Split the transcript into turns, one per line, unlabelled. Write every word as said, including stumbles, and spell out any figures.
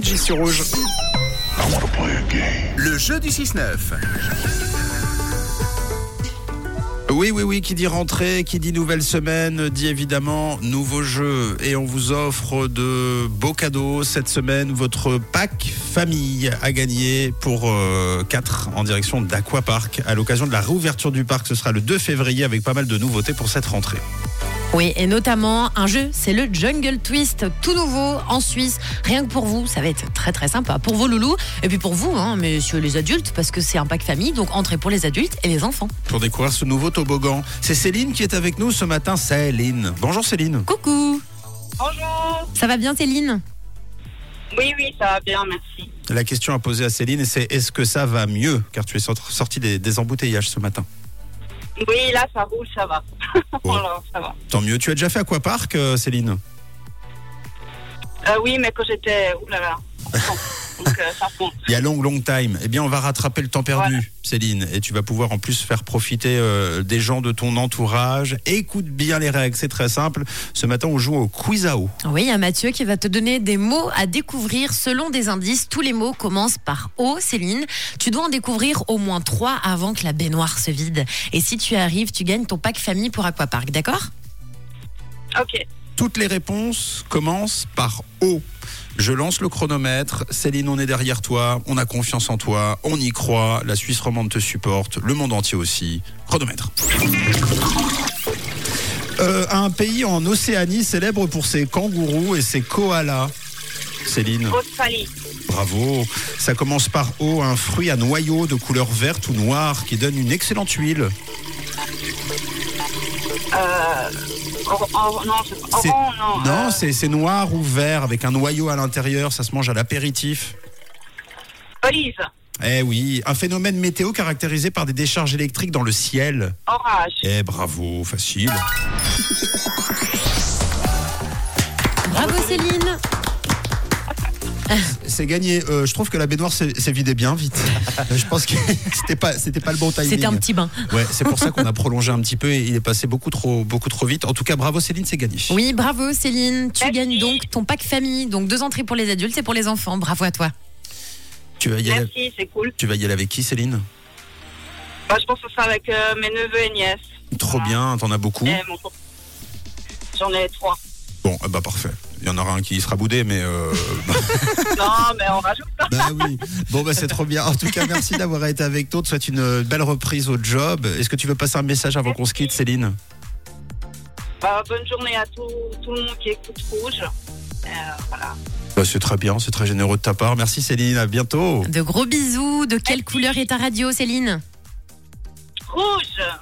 Energy sur Rouge.
Le jeu du six neuf.
Oui, oui, oui, qui dit rentrée, qui dit nouvelle semaine, dit évidemment nouveau jeu. Et on vous offre de beaux cadeaux cette semaine. Votre pack famille à gagner pour euh, quatre en direction d'Aquapark à l'occasion de la réouverture du parc. Ce sera le deux février avec pas mal de nouveautés pour cette rentrée.
Oui, et notamment un jeu, c'est le Jungle Twist, tout nouveau en Suisse. Rien que pour vous, ça va être très très sympa. Pour vos loulous, et puis pour vous, hein, messieurs les adultes, parce que c'est un pack famille, donc entrée pour les adultes et les enfants.
Pour découvrir ce nouveau toboggan, c'est Céline qui est avec nous ce matin. Céline. Bonjour Céline.
Coucou.
Bonjour.
Ça va bien Céline ?
Oui, oui, ça va bien, merci.
La question à poser à Céline, c'est est-ce que ça va mieux ? Car tu es sortie des, des embouteillages ce matin.
Oui, là, ça roule, ça va.
Bon.
Alors, ça va.
Tant mieux. Tu as déjà fait Aquapark, euh, Céline ?
Euh, oui, mais quand j'étais... Ouh là là. Donc, euh, ça compte.
Il y a long, long time. Eh bien, on va rattraper le temps perdu,
Voilà.
Céline. Et tu vas pouvoir en plus faire profiter euh, des gens de ton entourage. Écoute bien les règles, c'est très simple. Ce matin, on joue au quiz à eau.
Oui, il y a Mathieu qui va te donner des mots à découvrir selon des indices. Tous les mots commencent par O, Céline. Tu dois en découvrir au moins trois avant que la baignoire se vide. Et si tu y arrives, tu gagnes ton pack famille pour Aquapark, d'accord ?
Ok.
Toutes les réponses commencent par O. Je lance le chronomètre. Céline, on est derrière toi. On a confiance en toi. On y croit. La Suisse romande te supporte. Le monde entier aussi. Chronomètre. Euh, un pays en Océanie célèbre pour ses kangourous et ses koalas. Céline.
Australie.
Bravo. Ça commence par O. Un fruit à noyau de couleur verte ou noire qui donne une excellente huile.
Euh... Or, or, non, c'est pas...
C'est-
Oran, non.
Non,
euh,
c'est, c'est noir ou vert avec un noyau à l'intérieur. Ça se mange à l'apéritif.
Olive.
Eh oui, un phénomène météo caractérisé par des décharges électriques dans le ciel.
Orage.
Eh bravo, facile.
Bravo Céline.
C'est gagné. Euh, je trouve que la baignoire s'est, s'est vidée bien vite. Je pense que c'était pas, c'était pas le bon timing.
C'était un petit bain.
Ouais, c'est pour ça qu'on a prolongé un petit peu et il est passé beaucoup trop, beaucoup trop vite. En tout cas, bravo Céline, c'est gagné.
Oui, bravo Céline. Tu
Merci.
gagnes donc ton pack famille. Donc deux entrées pour les adultes et pour les enfants. Bravo à toi.
Tu vas y aller,
Merci, c'est cool.
tu vas y aller avec qui, Céline ?
Bah, je pense que ce sera avec euh, mes neveux et nièces.
Trop bien, t'en as beaucoup.
Et mon copain. J'en ai trois.
Bon, eh bah parfait. Il y en aura un qui sera boudé, mais euh...
Non, mais on rajoute.
bah oui. Bon bah c'est trop bien. En tout cas, merci d'avoir été avec nous. On te souhaite une belle reprise au job. Est-ce que tu veux passer un message avant qu'on se quitte, Céline ?
Bah, bonne journée à tout, tout le monde qui écoute Rouge. Euh, voilà.
Bah, c'est très bien, c'est très généreux de ta part. Merci Céline, à bientôt.
De gros bisous. De quelle couleur est ta radio Céline ?
Rouge.